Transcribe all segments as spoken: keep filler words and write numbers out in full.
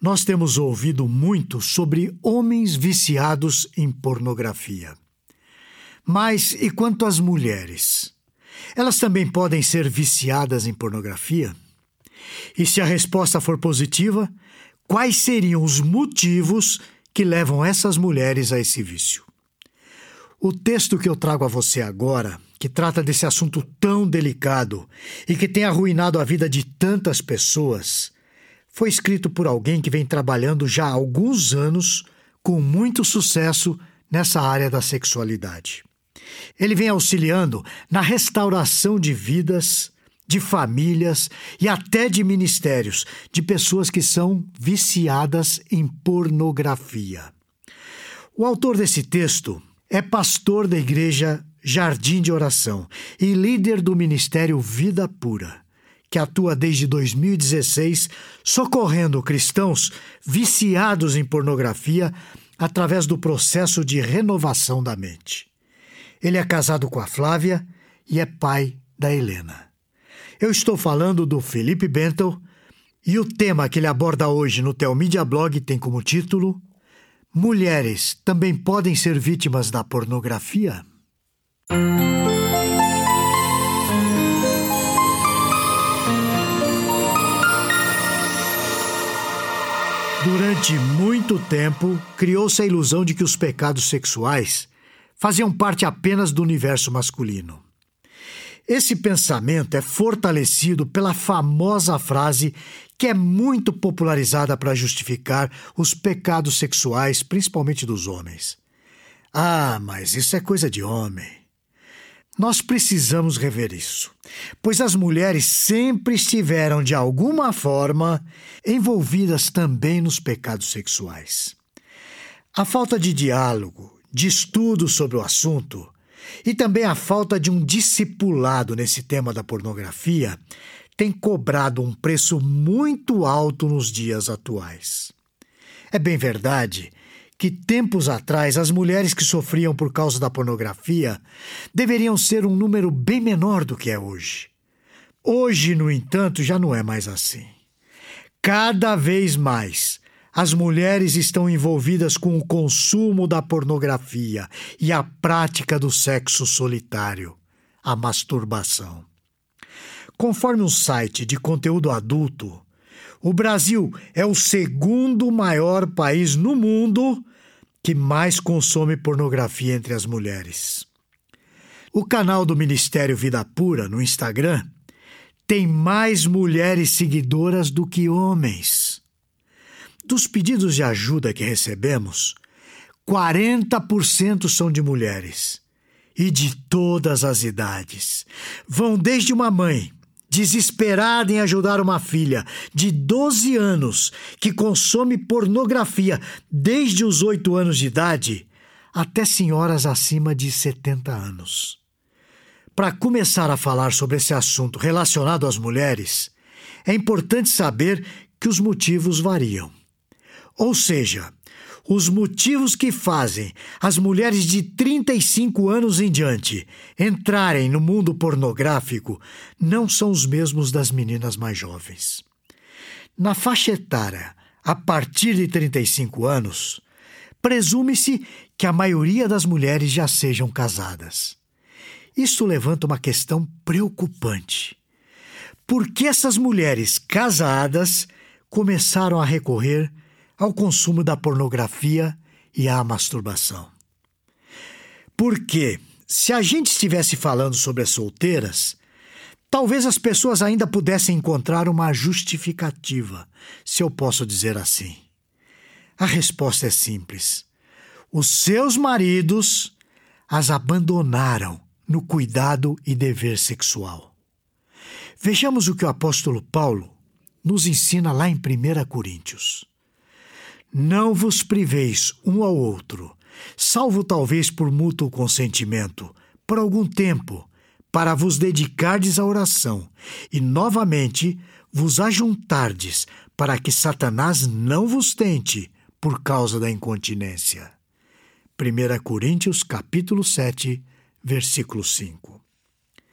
Nós temos ouvido muito sobre homens viciados em pornografia. Mas e quanto às mulheres? Elas também podem ser viciadas em pornografia? E se a resposta for positiva, quais seriam os motivos que levam essas mulheres a esse vício? O texto que eu trago a você agora, que trata desse assunto tão delicado e que tem arruinado a vida de tantas pessoas, foi escrito por alguém que vem trabalhando já há alguns anos com muito sucesso nessa área da sexualidade. Ele vem auxiliando na restauração de vidas, de famílias e até de ministérios de pessoas que são viciadas em pornografia. O autor desse texto é pastor da igreja Jardim de Oração e líder do ministério Vida Pura, que atua desde dois mil e dezesseis socorrendo cristãos viciados em pornografia através do processo de renovação da mente. Ele é casado com a Flávia e é pai da Helena. Eu estou falando do Felipe Bentel e o tema que ele aborda hoje no Telmídia Blog tem como título Mulheres também podem ser vítimas da pornografia? Durante muito tempo, criou-se a ilusão de que os pecados sexuais faziam parte apenas do universo masculino. Esse pensamento é fortalecido pela famosa frase que é muito popularizada para justificar os pecados sexuais, principalmente dos homens. Ah, mas isso é coisa de homem. Nós precisamos rever isso, pois as mulheres sempre estiveram, de alguma forma, envolvidas também nos pecados sexuais. A falta de diálogo, de estudo sobre o assunto, e também a falta de um discipulado nesse tema da pornografia tem cobrado um preço muito alto nos dias atuais. É bem verdade que tempos atrás as mulheres que sofriam por causa da pornografia deveriam ser um número bem menor do que é hoje. Hoje, no entanto, já não é mais assim. Cada vez mais as mulheres estão envolvidas com o consumo da pornografia e a prática do sexo solitário, a masturbação. Conforme um site de conteúdo adulto, o Brasil é o segundo maior país no mundo que mais consome pornografia entre as mulheres. O canal do Ministério Vida Pura no Instagram tem mais mulheres seguidoras do que homens. Dos pedidos de ajuda que recebemos, quarenta por cento são de mulheres e de todas as idades. Vão desde uma mãe desesperada em ajudar uma filha de doze anos que consome pornografia desde os oito anos de idade, até senhoras acima de setenta anos. Para começar a falar sobre esse assunto relacionado às mulheres, é importante saber que os motivos variam. Ou seja, os motivos que fazem as mulheres de trinta e cinco anos em diante entrarem no mundo pornográfico não são os mesmos das meninas mais jovens. Na faixa etária, a partir de trinta e cinco anos, presume-se que a maioria das mulheres já sejam casadas. Isso levanta uma questão preocupante. Por que essas mulheres casadas começaram a recorrer ao consumo da pornografia e à masturbação? Porque, se a gente estivesse falando sobre as solteiras, talvez as pessoas ainda pudessem encontrar uma justificativa, se eu posso dizer assim. A resposta é simples. Os seus maridos as abandonaram no cuidado e dever sexual. Vejamos o que o apóstolo Paulo nos ensina lá em primeira Coríntios. Não vos priveis um ao outro, salvo talvez por mútuo consentimento, por algum tempo, para vos dedicardes à oração, e novamente vos ajuntardes, para que Satanás não vos tente por causa da incontinência. primeira Coríntios, capítulo sete, versículo cinco.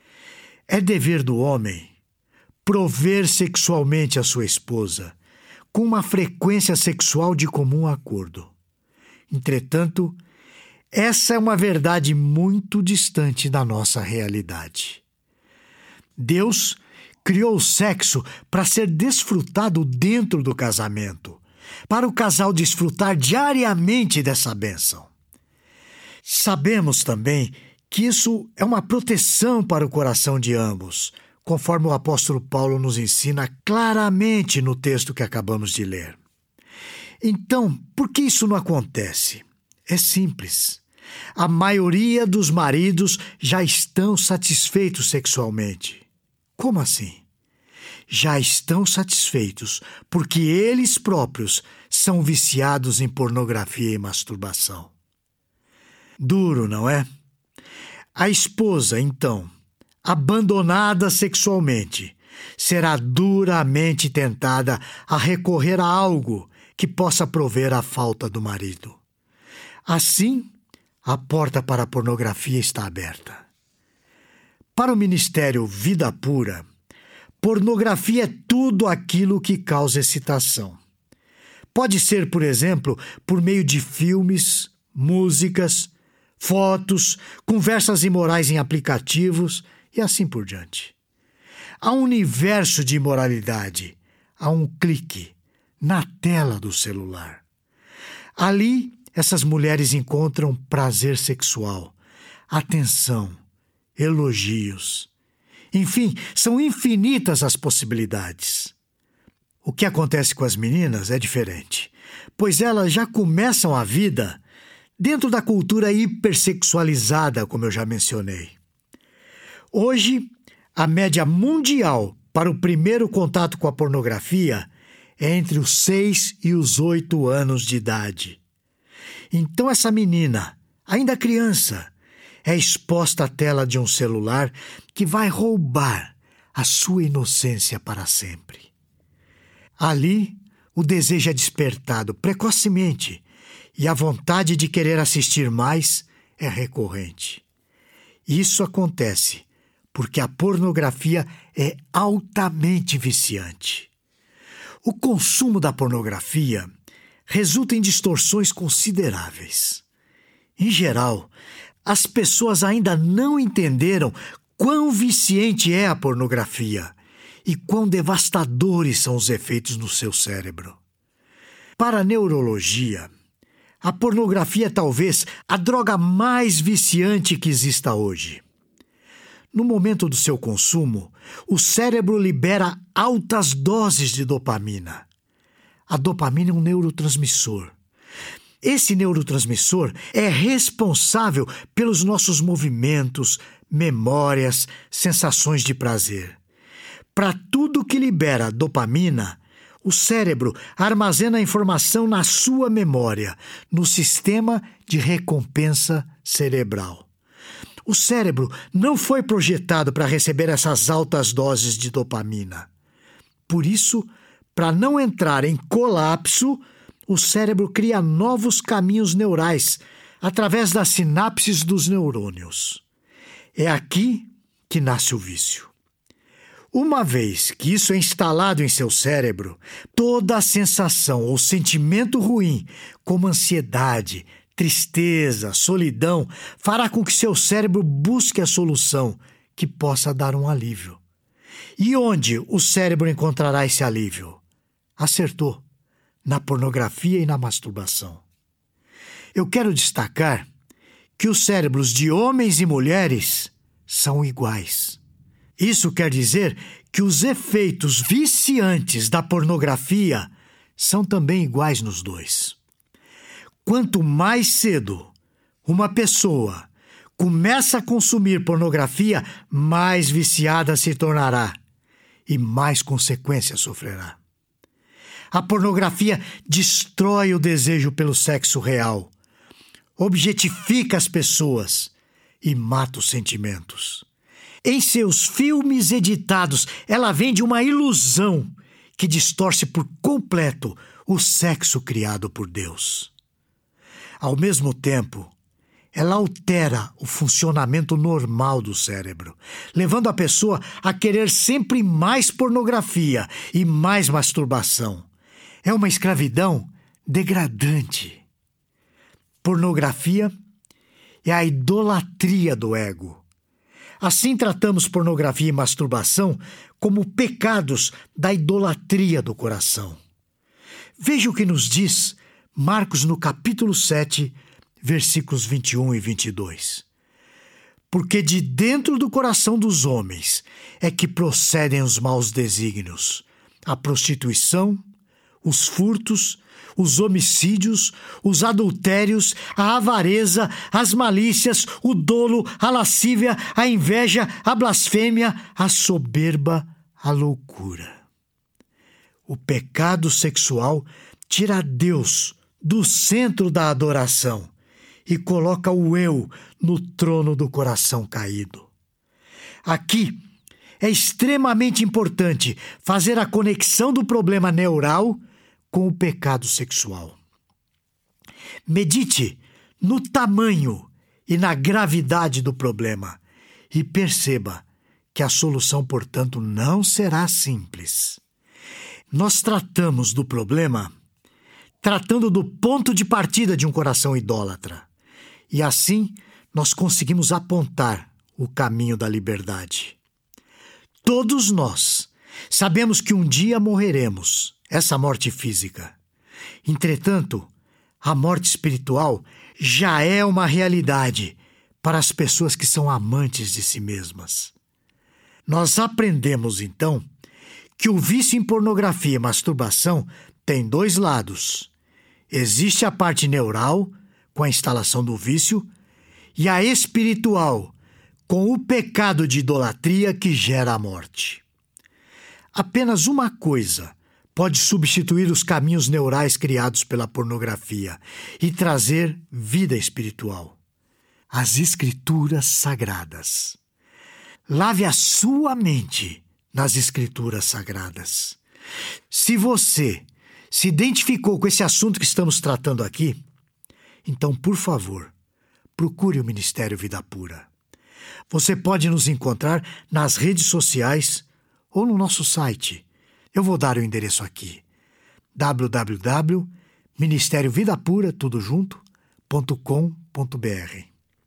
É dever do homem prover sexualmente a sua esposa, com uma frequência sexual de comum acordo. Entretanto, essa é uma verdade muito distante da nossa realidade. Deus criou o sexo para ser desfrutado dentro do casamento, para o casal desfrutar diariamente dessa bênção. Sabemos também que isso é uma proteção para o coração de ambos, conforme o apóstolo Paulo nos ensina claramente no texto que acabamos de ler. Então, por que isso não acontece? É simples. A maioria dos maridos já estão satisfeitos sexualmente. Como assim? Já estão satisfeitos porque eles próprios são viciados em pornografia e masturbação. Duro, não é? A esposa, então, abandonada sexualmente, será duramente tentada a recorrer a algo que possa prover a falta do marido. Assim, a porta para a pornografia está aberta. Para o Ministério Vida Pura, pornografia é tudo aquilo que causa excitação. Pode ser, por exemplo, por meio de filmes, músicas, fotos, conversas imorais em aplicativos e assim por diante. Há um universo de imoralidade, a um clique, na tela do celular. Ali, essas mulheres encontram prazer sexual, atenção, elogios. Enfim, são infinitas as possibilidades. O que acontece com as meninas é diferente, pois elas já começam a vida dentro da cultura hipersexualizada, como eu já mencionei. Hoje, a média mundial para o primeiro contato com a pornografia é entre os seis e os oito anos de idade. Então essa menina, ainda criança, é exposta à tela de um celular que vai roubar a sua inocência para sempre. Ali, o desejo é despertado precocemente e a vontade de querer assistir mais é recorrente. Isso acontece porque a pornografia é altamente viciante. O consumo da pornografia resulta em distorções consideráveis. Em geral, as pessoas ainda não entenderam quão viciante é a pornografia e quão devastadores são os efeitos no seu cérebro. Para a neurologia, a pornografia é talvez a droga mais viciante que exista hoje. No momento do seu consumo, o cérebro libera altas doses de dopamina. A dopamina é um neurotransmissor. Esse neurotransmissor é responsável pelos nossos movimentos, memórias, sensações de prazer. Para tudo que libera dopamina, o cérebro armazena a informação na sua memória, no sistema de recompensa cerebral. O cérebro não foi projetado para receber essas altas doses de dopamina. Por isso, para não entrar em colapso, o cérebro cria novos caminhos neurais através das sinapses dos neurônios. É aqui que nasce o vício. Uma vez que isso é instalado em seu cérebro, toda a sensação ou sentimento ruim, como ansiedade, tristeza, solidão, fará com que seu cérebro busque a solução que possa dar um alívio. E onde o cérebro encontrará esse alívio? Acertou, na pornografia e na masturbação. Eu quero destacar que os cérebros de homens e mulheres são iguais. Isso quer dizer que os efeitos viciantes da pornografia são também iguais nos dois. Quanto mais cedo uma pessoa começa a consumir pornografia, mais viciada se tornará e mais consequências sofrerá. A pornografia destrói o desejo pelo sexo real, objetifica as pessoas e mata os sentimentos. Em seus filmes editados, ela vende uma ilusão que distorce por completo o sexo criado por Deus. Ao mesmo tempo, ela altera o funcionamento normal do cérebro, levando a pessoa a querer sempre mais pornografia e mais masturbação. É uma escravidão degradante. Pornografia é a idolatria do ego. Assim tratamos pornografia e masturbação como pecados da idolatria do coração. Veja o que nos diz Marcos no capítulo sete, versículos vinte e um e vinte e dois. Porque de dentro do coração dos homens é que procedem os maus desígnios, a prostituição, os furtos, os homicídios, os adultérios, a avareza, as malícias, o dolo, a lascívia, a inveja, a blasfêmia, a soberba, a loucura. O pecado sexual tira Deus do centro da adoração e coloca o eu no trono do coração caído. Aqui é extremamente importante fazer a conexão do problema neural com o pecado sexual. Medite no tamanho e na gravidade do problema e perceba que a solução, portanto, não será simples. Nós tratamos do problema tratando do ponto de partida de um coração idólatra. E assim nós conseguimos apontar o caminho da liberdade. Todos nós sabemos que um dia morreremos, essa morte física. Entretanto, a morte espiritual já é uma realidade para as pessoas que são amantes de si mesmas. Nós aprendemos, então, que o vício em pornografia e masturbação tem dois lados. Existe a parte neural, com a instalação do vício, e a espiritual, com o pecado de idolatria que gera a morte. Apenas uma coisa pode substituir os caminhos neurais criados pela pornografia e trazer vida espiritual: as Escrituras Sagradas. Lave a sua mente nas Escrituras Sagradas. Se você se identificou com esse assunto que estamos tratando aqui, então, por favor, procure o Ministério Vida Pura. Você pode nos encontrar nas redes sociais ou no nosso site. Eu vou dar o endereço aqui: w w w ponto ministério vida pura tudo junto ponto com ponto b r.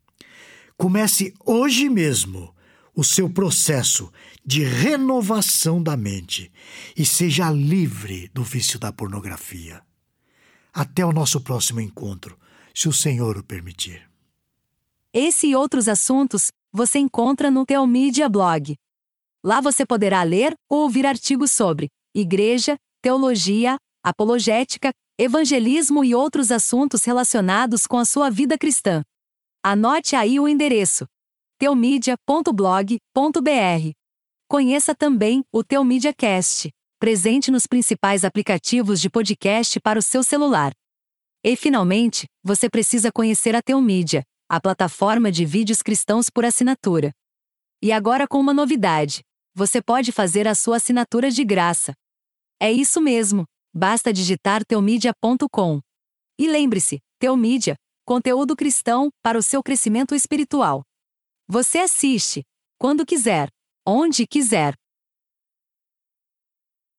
Comece hoje mesmo o seu processo de renovação da mente e seja livre do vício da pornografia. Até o nosso próximo encontro, se o Senhor o permitir. Esse e outros assuntos você encontra no Teomídia Blog. Lá você poderá ler ou ouvir artigos sobre igreja, teologia, apologética, evangelismo e outros assuntos relacionados com a sua vida cristã. Anote aí o endereço: teomídia ponto blog ponto b r. Conheça também o Teomídia Cast, presente nos principais aplicativos de podcast para o seu celular. E, finalmente, você precisa conhecer a Teomídia, a plataforma de vídeos cristãos por assinatura. E agora com uma novidade: você pode fazer a sua assinatura de graça. É isso mesmo, basta digitar teomídia ponto com. E lembre-se, Teomídia, conteúdo cristão para o seu crescimento espiritual. Você assiste, quando quiser, onde quiser,